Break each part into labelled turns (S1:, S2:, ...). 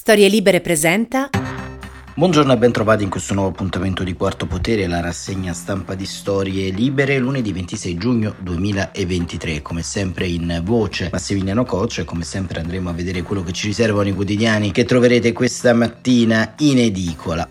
S1: Storie Libere presenta.
S2: Buongiorno e ben trovati in questo nuovo appuntamento di Quarto Potere, la rassegna stampa di Storie Libere, lunedì 26 giugno 2023. Come sempre in voce Massimiliano Coach e come sempre andremo a vedere quello che ci riservano i quotidiani che troverete questa mattina in edicola.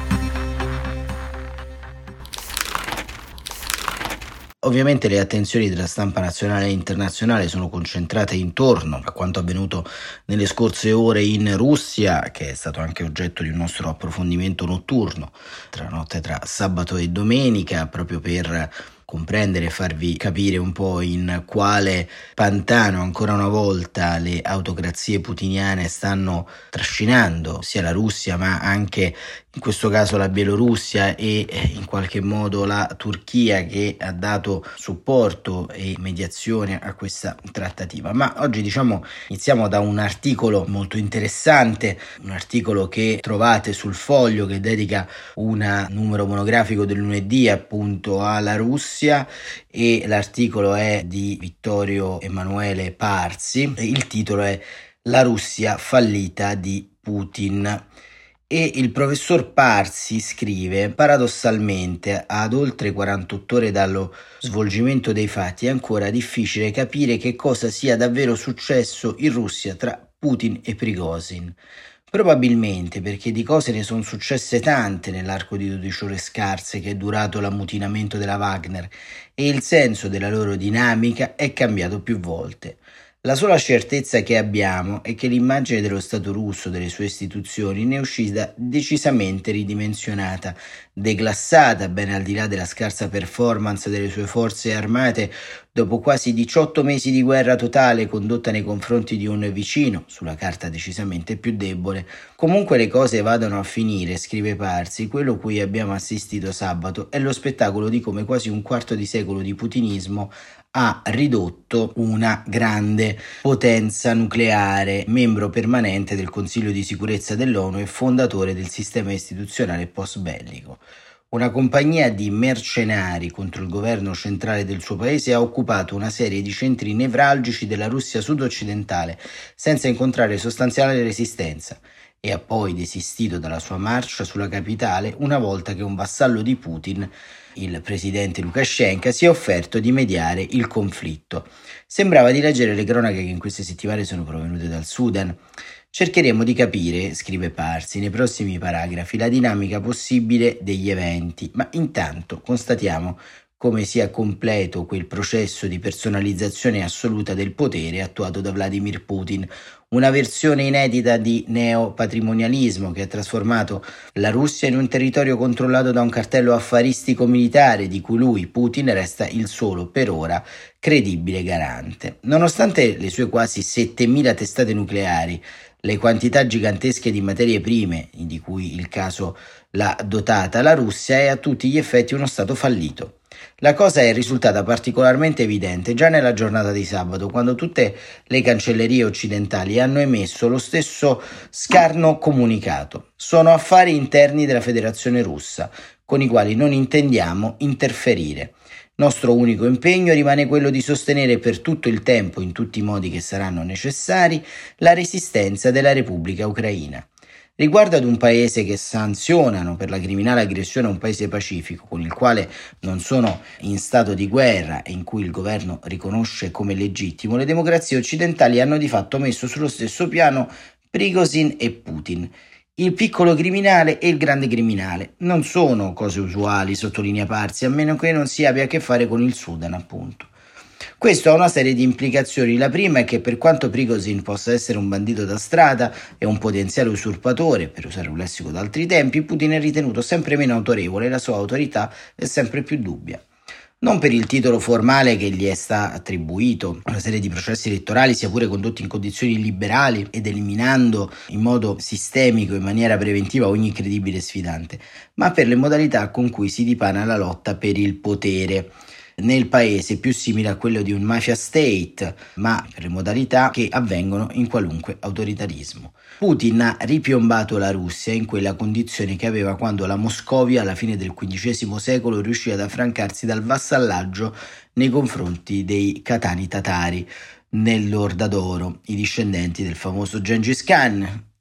S2: Ovviamente le attenzioni della stampa nazionale e internazionale sono concentrate intorno a quanto avvenuto nelle scorse ore in Russia, che è stato anche oggetto di un nostro approfondimento notturno tra notte tra sabato e domenica, proprio per comprendere e farvi capire un po' in quale pantano ancora una volta le autocrazie putiniane stanno trascinando sia la Russia ma anche in questo caso la Bielorussia e in qualche modo la Turchia, che ha dato supporto e mediazione a questa trattativa. Ma oggi iniziamo da un articolo molto interessante, un articolo che trovate sul Foglio, che dedica un numero monografico del lunedì appunto alla Russia, e l'articolo è di Vittorio Emanuele Parsi e il titolo è "La Russia fallita di Putin". E il professor Parsi scrive: paradossalmente, ad oltre 48 ore dallo svolgimento dei fatti, è ancora difficile capire che cosa sia davvero successo in Russia tra Putin e Prigozhin. Probabilmente perché di cose ne sono successe tante nell'arco di 12 ore scarse che è durato l'ammutinamento della Wagner, e il senso della loro dinamica è cambiato più volte. La sola certezza che abbiamo è che l'immagine dello Stato russo, delle sue istituzioni, ne è uscita decisamente ridimensionata, declassata, ben al di là della scarsa performance delle sue forze armate, dopo quasi 18 mesi di guerra totale condotta nei confronti di un vicino, sulla carta decisamente più debole. Comunque le cose vadano a finire, scrive Parsi, quello cui abbiamo assistito sabato è lo spettacolo di come quasi un quarto di secolo di putinismo ha ridotto una grande potenza nucleare, membro permanente del Consiglio di sicurezza dell'ONU e fondatore del sistema istituzionale post-bellico. Una compagnia di mercenari contro il governo centrale del suo paese ha occupato una serie di centri nevralgici della Russia sud-occidentale senza incontrare sostanziale resistenza, e ha poi desistito dalla sua marcia sulla capitale una volta che un vassallo di Putin, il presidente Lukashenko, si è offerto di mediare il conflitto. Sembrava di leggere le cronache che in queste settimane sono provenute dal Sudan. Cercheremo di capire, scrive Parsi nei prossimi paragrafi, la dinamica possibile degli eventi, ma intanto constatiamo come sia completo quel processo di personalizzazione assoluta del potere attuato da Vladimir Putin, una versione inedita di neopatrimonialismo che ha trasformato la Russia in un territorio controllato da un cartello affaristico militare di cui lui, Putin, resta il solo, per ora, credibile garante. Nonostante le sue quasi 7.000 testate nucleari, le quantità gigantesche di materie prime, di cui il caso l'ha dotata, la Russia è a tutti gli effetti uno stato fallito. La cosa è risultata particolarmente evidente già nella giornata di sabato, quando tutte le cancellerie occidentali hanno emesso lo stesso scarno comunicato. Sono affari interni della Federazione Russa, con i quali non intendiamo interferire. Nostro unico impegno rimane quello di sostenere per tutto il tempo, in tutti i modi che saranno necessari, la resistenza della Repubblica Ucraina. Riguardo ad un paese che sanzionano per la criminale aggressione a un paese pacifico, con il quale non sono in stato di guerra e in cui il governo riconosce come legittimo, le democrazie occidentali hanno di fatto messo sullo stesso piano Prigozhin e Putin. Il piccolo criminale e il grande criminale non sono cose usuali, sottolinea Parsi, a meno che non si abbia a che fare con il Sudan, appunto. Questo ha una serie di implicazioni. La prima è che per quanto Prigozhin possa essere un bandito da strada e un potenziale usurpatore, per usare un lessico d'altri tempi, Putin è ritenuto sempre meno autorevole e la sua autorità è sempre più dubbia. Non per il titolo formale che gli è stato attribuito, una serie di processi elettorali sia pure condotti in condizioni liberali ed eliminando in modo sistemico, in maniera preventiva, ogni credibile sfidante, ma per le modalità con cui si dipana la lotta per il potere nel paese, più simile a quello di un mafia state, ma per le modalità che avvengono in qualunque autoritarismo. Putin ha ripiombato la Russia in quella condizione che aveva quando la Moscovia alla fine del XV secolo riuscì ad affrancarsi dal vassallaggio nei confronti dei Catani tatari nell'Orda d'Oro, i discendenti del famoso Gengis Khan,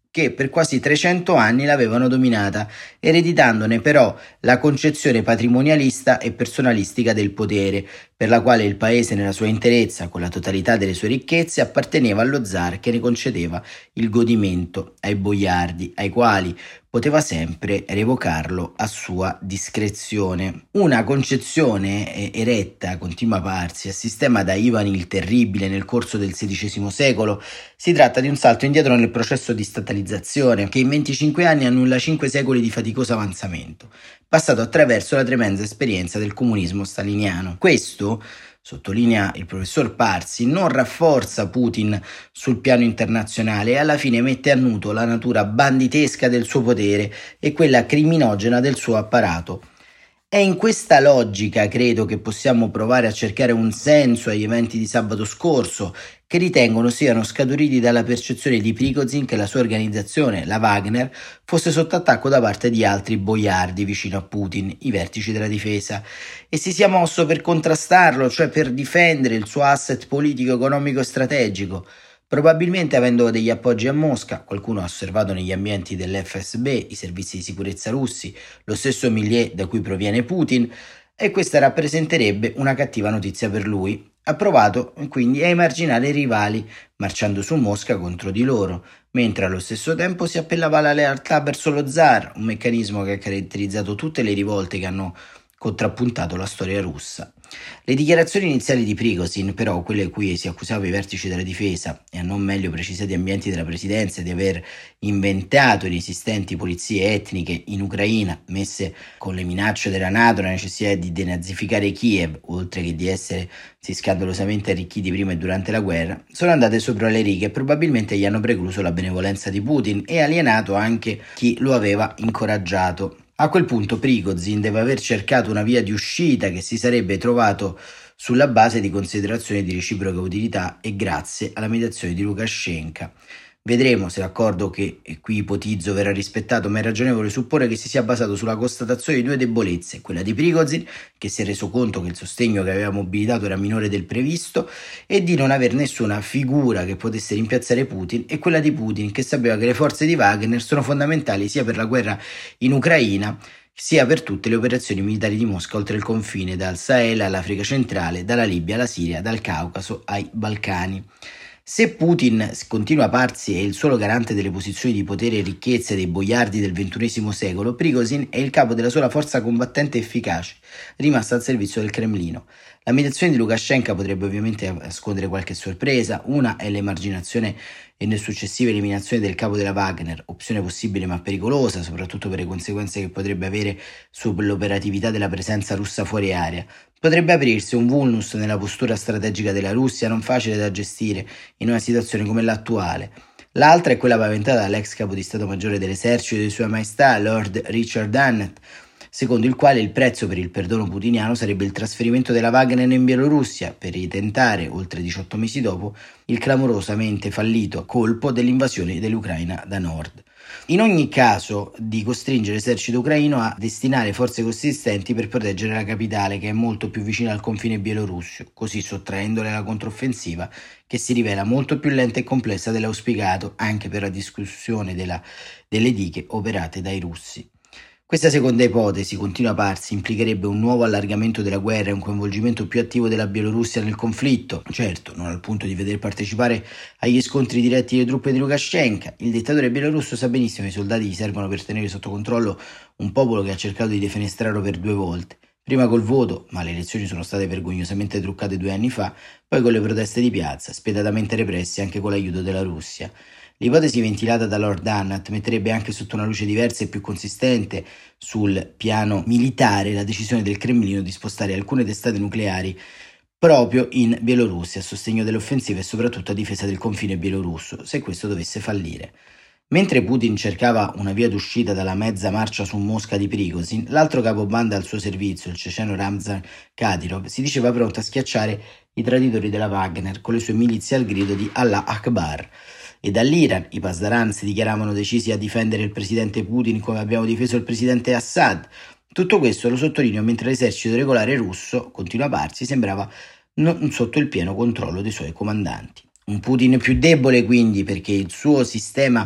S2: che per quasi 300 anni l'avevano dominata, ereditandone però la concezione patrimonialista e personalistica del potere, per la quale il paese nella sua interezza, con la totalità delle sue ricchezze, apparteneva allo zar che ne concedeva il godimento ai boiardi, ai quali poteva sempre revocarlo a sua discrezione. Una concezione eretta, continua Parsi, a sistema da Ivan il Terribile nel corso del XVI secolo. Si tratta di un salto indietro nel processo di statalizzazione che in 25 anni annulla 5 secoli di faticoso avanzamento, passato attraverso la tremenda esperienza del comunismo staliniano. Questo, sottolinea il professor Parsi, non rafforza Putin sul piano internazionale e alla fine mette a nudo la natura banditesca del suo potere e quella criminogena del suo apparato. È in questa logica, credo, che possiamo provare a cercare un senso agli eventi di sabato scorso, che ritengono siano scaturiti dalla percezione di Prigozhin che la sua organizzazione, la Wagner, fosse sotto attacco da parte di altri boiardi vicino a Putin, i vertici della difesa, e si sia mosso per contrastarlo, cioè per difendere il suo asset politico, economico e strategico. Probabilmente avendo degli appoggi a Mosca, qualcuno ha osservato negli ambienti dell'FSB, i servizi di sicurezza russi, lo stesso milieu da cui proviene Putin, e questa rappresenterebbe una cattiva notizia per lui. Ha provato quindi a emarginare i rivali, marciando su Mosca contro di loro, mentre allo stesso tempo si appellava alla lealtà verso lo zar, un meccanismo che ha caratterizzato tutte le rivolte che hanno contrappuntato la storia russa. Le dichiarazioni iniziali di Prigozhin, però, quelle a cui si accusava i vertici della difesa e a non meglio precisati ambienti della presidenza di aver inventato inesistenti polizie etniche in Ucraina, messe con le minacce della NATO, la necessità di denazificare Kiev, oltre che di essersi scandalosamente arricchiti prima e durante la guerra, sono andate sopra le righe e probabilmente gli hanno precluso la benevolenza di Putin e alienato anche chi lo aveva incoraggiato. A quel punto Prigozhin deve aver cercato una via di uscita che si sarebbe trovato sulla base di considerazioni di reciproca utilità e grazie alla mediazione di Lukashenko. Vedremo se l'accordo che qui ipotizzo verrà rispettato, ma è ragionevole supporre che si sia basato sulla constatazione di due debolezze, quella di Prigozhin, che si è reso conto che il sostegno che aveva mobilitato era minore del previsto, e di non aver nessuna figura che potesse rimpiazzare Putin, e quella di Putin, che sapeva che le forze di Wagner sono fondamentali sia per la guerra in Ucraina, sia per tutte le operazioni militari di Mosca oltre il confine, dal Sahel all'Africa centrale, dalla Libia alla Siria, dal Caucaso ai Balcani. Se Putin, continua Parsi, è il solo garante delle posizioni di potere e ricchezza dei boiardi del XXI secolo, Prigozhin è il capo della sola forza combattente efficace, rimasta al servizio del Cremlino. La mediazione di Lukashenko potrebbe ovviamente nascondere qualche sorpresa. Una è l'emarginazione e la successiva eliminazione del capo della Wagner, opzione possibile ma pericolosa, soprattutto per le conseguenze che potrebbe avere sull'operatività della presenza russa fuori area. Potrebbe aprirsi un vulnus nella postura strategica della Russia non facile da gestire in una situazione come l'attuale. L'altra è quella paventata dall'ex capo di Stato Maggiore dell'esercito di Sua Maestà, Lord Richard Annett, secondo il quale il prezzo per il perdono putiniano sarebbe il trasferimento della Wagner in Bielorussia per ritentare, oltre 18 mesi dopo, il clamorosamente fallito colpo dell'invasione dell'Ucraina da nord. In ogni caso, di costringere l'esercito ucraino a destinare forze consistenti per proteggere la capitale, che è molto più vicina al confine bielorusso, così sottraendole alla controffensiva, che si rivela molto più lenta e complessa dell'auspicato, anche per la discussione delle dighe operate dai russi. Questa seconda ipotesi, continua Parsi, implicherebbe un nuovo allargamento della guerra e un coinvolgimento più attivo della Bielorussia nel conflitto, certo non al punto di veder partecipare agli scontri diretti le truppe di Lukashenko. Il dittatore bielorusso sa benissimo che i soldati gli servono per tenere sotto controllo un popolo che ha cercato di defenestrarlo per 2 volte. Prima col voto, ma le elezioni sono state vergognosamente truccate 2 anni fa, poi con le proteste di piazza, spietatamente repressi anche con l'aiuto della Russia. L'ipotesi ventilata da Lord Annett metterebbe anche sotto una luce diversa e più consistente sul piano militare la decisione del Cremlino di spostare alcune testate nucleari proprio in Bielorussia a sostegno delle offensive e soprattutto a difesa del confine bielorusso, se questo dovesse fallire. Mentre Putin cercava una via d'uscita dalla mezza marcia su Mosca di Prigozhin, l'altro capobanda al suo servizio, il ceceno Ramzan Kadyrov, si diceva pronto a schiacciare i traditori della Wagner con le sue milizie al grido di Allah Akbar. E dall'Iran i pasdaran si dichiaravano decisi a difendere il presidente Putin come abbiamo difeso il presidente Assad. Tutto questo lo sottolineo mentre l'esercito regolare russo, continua Parsi, sembrava non sotto il pieno controllo dei suoi comandanti. Un Putin più debole quindi perché il suo sistema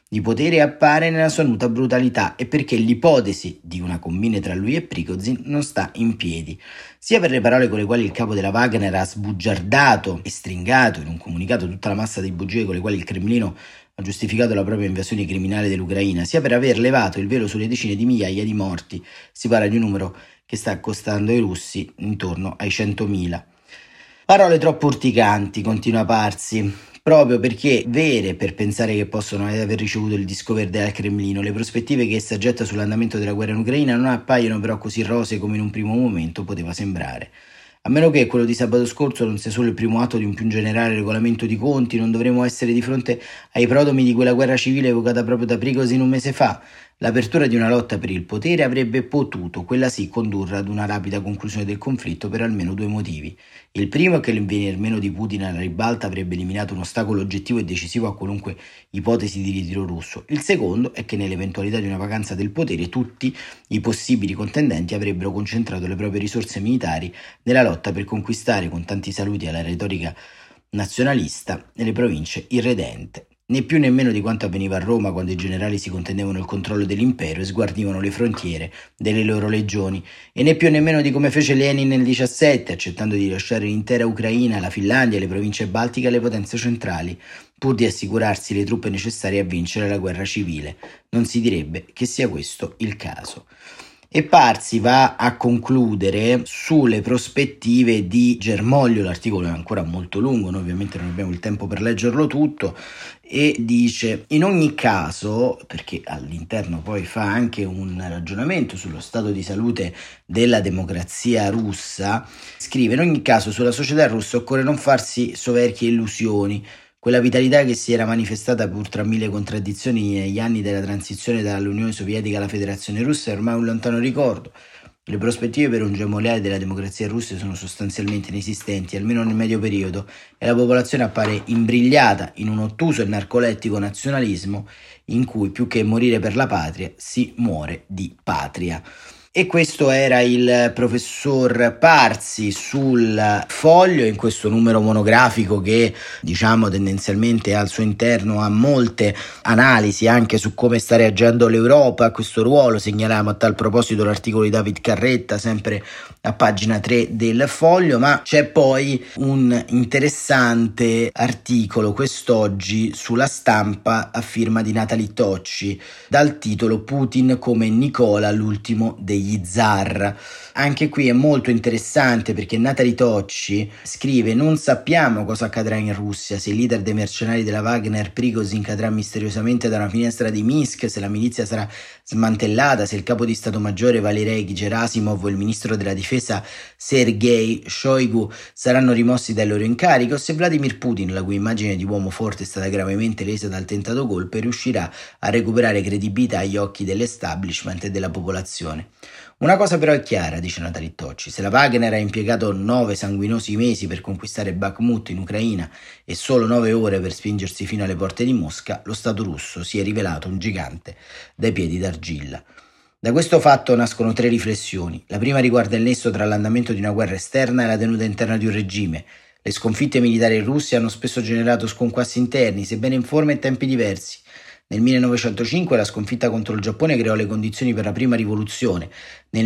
S2: di potere appare nella sua nuda brutalità e perché l'ipotesi di una combine tra lui e Prigozhin non sta in piedi, sia per le parole con le quali il capo della Wagner ha sbugiardato e stringato in un comunicato tutta la massa di bugie con le quali il Cremlino ha giustificato la propria invasione criminale dell'Ucraina, sia per aver levato il velo sulle decine di migliaia di morti. Si parla di un numero che sta accostando ai russi intorno ai 100.000. Parole troppo urticanti, continua Parsi, proprio perché vere per pensare che possono aver ricevuto il disco verde dal Cremlino. Le prospettive che essa getta sull'andamento della guerra in Ucraina non appaiono però così rosee come in un primo momento poteva sembrare. A meno che quello di sabato scorso non sia solo il primo atto di un più generale regolamento di conti, non dovremo essere di fronte ai prodromi di quella guerra civile evocata proprio da Prigozhin un mese fa. L'apertura di una lotta per il potere avrebbe potuto, quella sì, condurre ad una rapida conclusione del conflitto per almeno due motivi. Il primo è che il venir meno di Putin alla ribalta avrebbe eliminato un ostacolo oggettivo e decisivo a qualunque ipotesi di ritiro russo. Il secondo è che nell'eventualità di una vacanza del potere tutti i possibili contendenti avrebbero concentrato le proprie risorse militari nella lotta per conquistare, con tanti saluti alla retorica nazionalista, le province irredente. Né più né meno di quanto avveniva a Roma quando i generali si contendevano il controllo dell'impero e sguardivano le frontiere delle loro legioni, e né più né meno di come fece Lenin nel 17, accettando di lasciare l'intera Ucraina, la Finlandia, le province baltiche alle potenze centrali, pur di assicurarsi le truppe necessarie a vincere la guerra civile. Non si direbbe che sia questo il caso. E Parsi va a concludere sulle prospettive di germoglio, l'articolo è ancora molto lungo, noi ovviamente non abbiamo il tempo per leggerlo tutto, e dice: in ogni caso, perché all'interno poi fa anche un ragionamento sullo stato di salute della democrazia russa, scrive: in ogni caso sulla società russa occorre non farsi soverchie illusioni. Quella vitalità che si era manifestata pur tra mille contraddizioni negli anni della transizione dall'Unione Sovietica alla Federazione Russa è ormai un lontano ricordo. Le prospettive per un gemmogliare della democrazia russa sono sostanzialmente inesistenti, almeno nel medio periodo, e la popolazione appare imbrigliata in un ottuso e narcolettico nazionalismo in cui più che morire per la patria si muore di patria. E questo era il professor Parsi sul Foglio, in questo numero monografico che tendenzialmente al suo interno ha molte analisi anche su come sta reagendo l'Europa a questo ruolo. Segnaliamo a tal proposito l'articolo di David Carretta sempre a pagina 3 del Foglio, ma c'è poi un interessante articolo quest'oggi sulla Stampa a firma di Natalie Tocci dal titolo Putin come Nicola l'ultimo degli zar. Anche qui è molto interessante perché Natalie Tocci scrive: non sappiamo cosa accadrà in Russia, se il leader dei mercenari della Wagner Prigozhin cadrà misteriosamente da una finestra di Minsk, se la milizia sarà smantellata, se il capo di Stato Maggiore Valerij Gerasimov o il ministro della difesa Sergei Shoigu saranno rimossi dai loro incarichi, o se Vladimir Putin, la cui immagine di uomo forte è stata gravemente lesa dal tentato golpe, riuscirà a recuperare credibilità agli occhi dell'establishment e della popolazione. Una cosa però è chiara, dice Natalie Tocci: se la Wagner ha impiegato 9 sanguinosi mesi per conquistare Bakhmut in Ucraina e solo 9 ore per spingersi fino alle porte di Mosca, lo Stato russo si è rivelato un gigante dai piedi d'argilla. Da questo fatto nascono 3 riflessioni. La prima riguarda il nesso tra l'andamento di una guerra esterna e la tenuta interna di un regime. Le sconfitte militari in Russia hanno spesso generato sconquassi interni, sebbene in forme e tempi diversi. Nel 1905 la sconfitta contro il Giappone creò le condizioni per la prima rivoluzione. Nel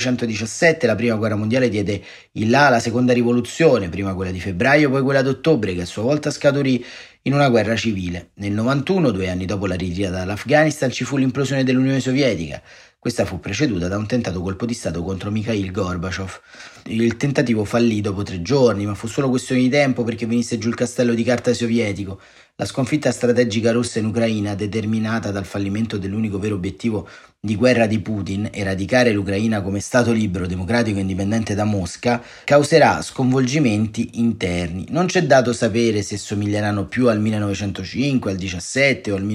S2: 1917 la prima guerra mondiale diede il là alla seconda rivoluzione, prima quella di febbraio, poi quella d'ottobre, che a sua volta scaturì in una guerra civile. Nel 91, 2 anni dopo la ritirata dall'Afghanistan, ci fu l'implosione dell'Unione Sovietica. Questa fu preceduta da un tentato colpo di Stato contro Mikhail Gorbaciov. Il tentativo fallì dopo 3 giorni, ma fu solo questione di tempo perché venisse giù il castello di carta sovietico. La sconfitta strategica russa in Ucraina, determinata dal fallimento dell'unico vero obiettivo di guerra di Putin, eradicare l'Ucraina come Stato libero, democratico e indipendente da Mosca, causerà sconvolgimenti interni. Non c'è dato sapere se somiglieranno più al 1905, al 17 o al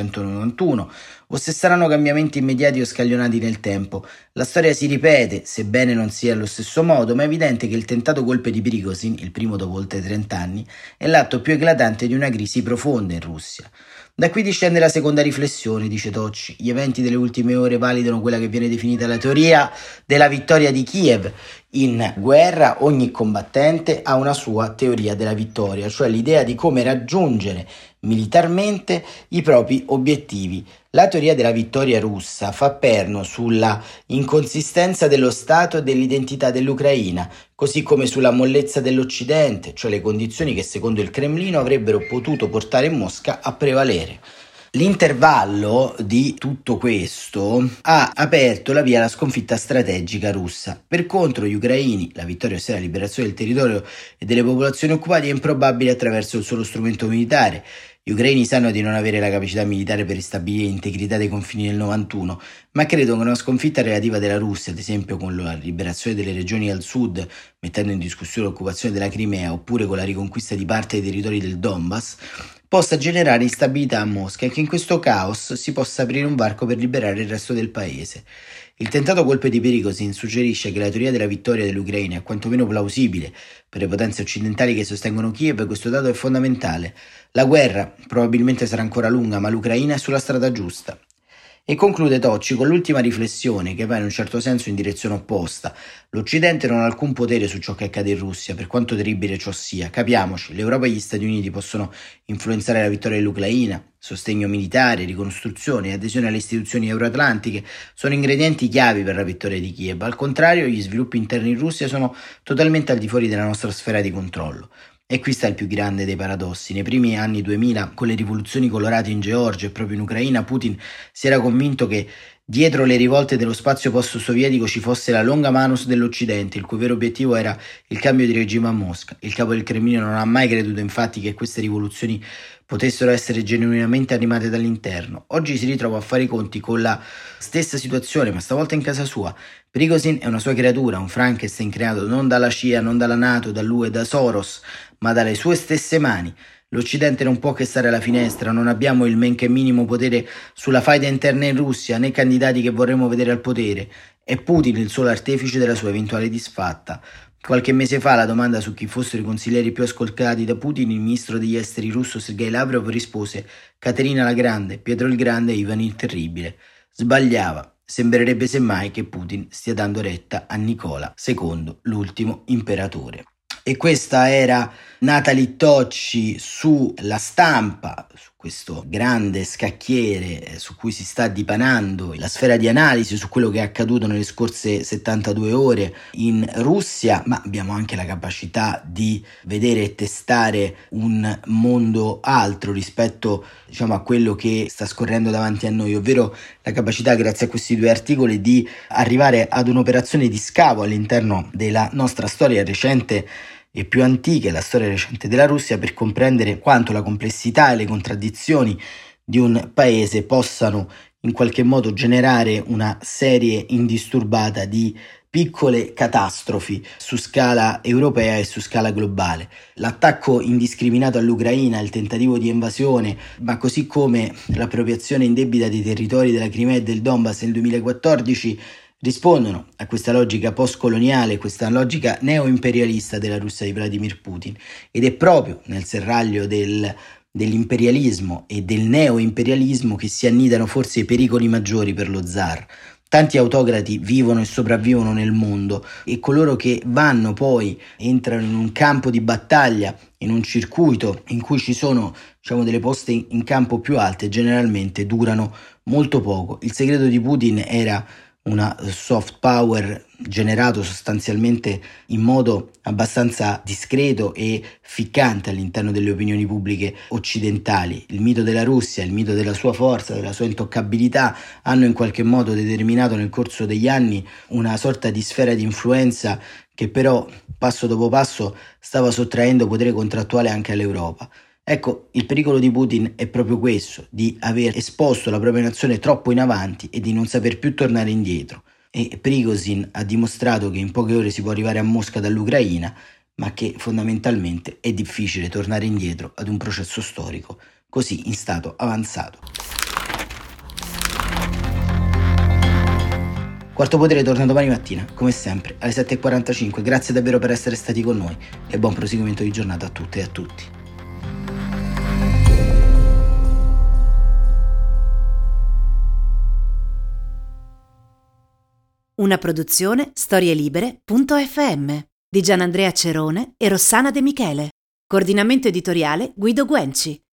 S2: 1991, o se saranno cambiamenti immediati o scaglionati nel tempo. La storia si ripete, sebbene non sia allo stesso modo, ma è evidente che il tentato golpe di Prigozhin, il primo dopo oltre 30 anni, è l'atto più eclatante di una crisi profonda in Russia. Da qui discende la seconda riflessione, dice Tocci. Gli eventi delle ultime ore validano quella che viene definita la teoria della vittoria di Kiev. In guerra ogni combattente ha una sua teoria della vittoria, cioè l'idea di come raggiungere militarmente i propri obiettivi. La teoria della vittoria russa fa perno sulla inconsistenza dello Stato e dell'identità dell'Ucraina, così come sulla mollezza dell'Occidente, cioè le condizioni che secondo il Cremlino avrebbero potuto portare Mosca a prevalere. L'intervallo di tutto questo ha aperto la via alla sconfitta strategica russa. Per contro gli ucraini, la vittoria, ossia la liberazione del territorio e delle popolazioni occupate, è improbabile attraverso il solo strumento militare. Gli ucraini sanno di non avere la capacità militare per ristabilire l'integrità dei confini del 91, ma credono che una sconfitta relativa della Russia, ad esempio con la liberazione delle regioni al sud, mettendo in discussione l'occupazione della Crimea, oppure con la riconquista di parte dei territori del Donbass, possa generare instabilità a Mosca e che in questo caos si possa aprire un varco per liberare il resto del paese. Il tentato golpe di Prigozhin suggerisce che la teoria della vittoria dell'Ucraina è quantomeno plausibile. Per le potenze occidentali che sostengono Kiev questo dato è fondamentale. La guerra probabilmente sarà ancora lunga, ma l'Ucraina è sulla strada giusta. E conclude Tocci con l'ultima riflessione che va in un certo senso in direzione opposta. L'Occidente non ha alcun potere su ciò che accade in Russia, per quanto terribile ciò sia. Capiamoci, l'Europa e gli Stati Uniti possono influenzare la vittoria dell'Ucraina, sostegno militare, ricostruzione e adesione alle istituzioni euroatlantiche sono ingredienti chiavi per la vittoria di Kiev. Al contrario, gli sviluppi interni in Russia sono totalmente al di fuori della nostra sfera di controllo. E qui sta il più grande dei paradossi. Nei primi anni 2000, con le rivoluzioni colorate in Georgia e proprio in Ucraina, Putin si era convinto che dietro le rivolte dello spazio post-sovietico ci fosse la longa manus dell'Occidente, il cui vero obiettivo era il cambio di regime a Mosca. Il capo del Cremlino non ha mai creduto infatti che queste rivoluzioni potessero essere genuinamente animate dall'interno. Oggi si ritrova a fare i conti con la stessa situazione, ma stavolta in casa sua. Prigozhin è una sua creatura, un Frankenstein creato non dalla CIA, non dalla NATO, dall'UE, da Soros, ma dalle sue stesse mani. L'Occidente non può che stare alla finestra, non abbiamo il men che minimo potere sulla faida interna in Russia, né candidati che vorremmo vedere al potere. È Putin il solo artefice della sua eventuale disfatta. Qualche mese fa alla domanda su chi fossero i consiglieri più ascoltati da Putin, il ministro degli esteri russo Sergei Lavrov rispose Caterina la Grande, Pietro il Grande e Ivan il Terribile. Sbagliava. Sembrerebbe semmai che Putin stia dando retta a Nicola II, l'ultimo imperatore. E questa era Natalie Tocci sulla Stampa, su questo grande scacchiere su cui si sta dipanando la sfera di analisi su quello che è accaduto nelle scorse 72 ore in Russia, ma abbiamo anche la capacità di vedere e testare un mondo altro rispetto, a quello che sta scorrendo davanti a noi, ovvero la capacità, grazie a questi due articoli, di arrivare ad un'operazione di scavo all'interno della nostra storia recente e più antiche, la storia recente della Russia, per comprendere quanto la complessità e le contraddizioni di un paese possano in qualche modo generare una serie indisturbata di piccole catastrofi su scala europea e su scala globale. L'attacco indiscriminato all'Ucraina, il tentativo di invasione, ma così come l'appropriazione indebita dei territori della Crimea e del Donbass nel 2014 rispondono a questa logica postcoloniale, questa logica neoimperialista della Russia di Vladimir Putin, ed è proprio nel serraglio dell'imperialismo e del neoimperialismo che si annidano forse i pericoli maggiori per lo zar. Tanti autocrati vivono e sopravvivono nel mondo e coloro che entrano in un campo di battaglia, in un circuito in cui ci sono delle poste in campo più alte, generalmente durano molto poco. Il segreto di Putin era una soft power generato sostanzialmente in modo abbastanza discreto e ficcante all'interno delle opinioni pubbliche occidentali. Il mito della Russia, il mito della sua forza, della sua intoccabilità hanno in qualche modo determinato nel corso degli anni una sorta di sfera di influenza che però passo dopo passo stava sottraendo potere contrattuale anche all'Europa. Ecco, il pericolo di Putin è proprio questo, di aver esposto la propria nazione troppo in avanti e di non saper più tornare indietro. E Prigozhin ha dimostrato che in poche ore si può arrivare a Mosca dall'Ucraina, ma che fondamentalmente è difficile tornare indietro ad un processo storico così in stato avanzato. Quarto Potere torna domani mattina, come sempre, alle 7:45. Grazie davvero per essere stati con noi e buon proseguimento di giornata a tutte e a tutti.
S1: Una produzione storielibere.fm di Gianandrea Cerone e Rossana De Michele. Coordinamento editoriale Guido Guenci.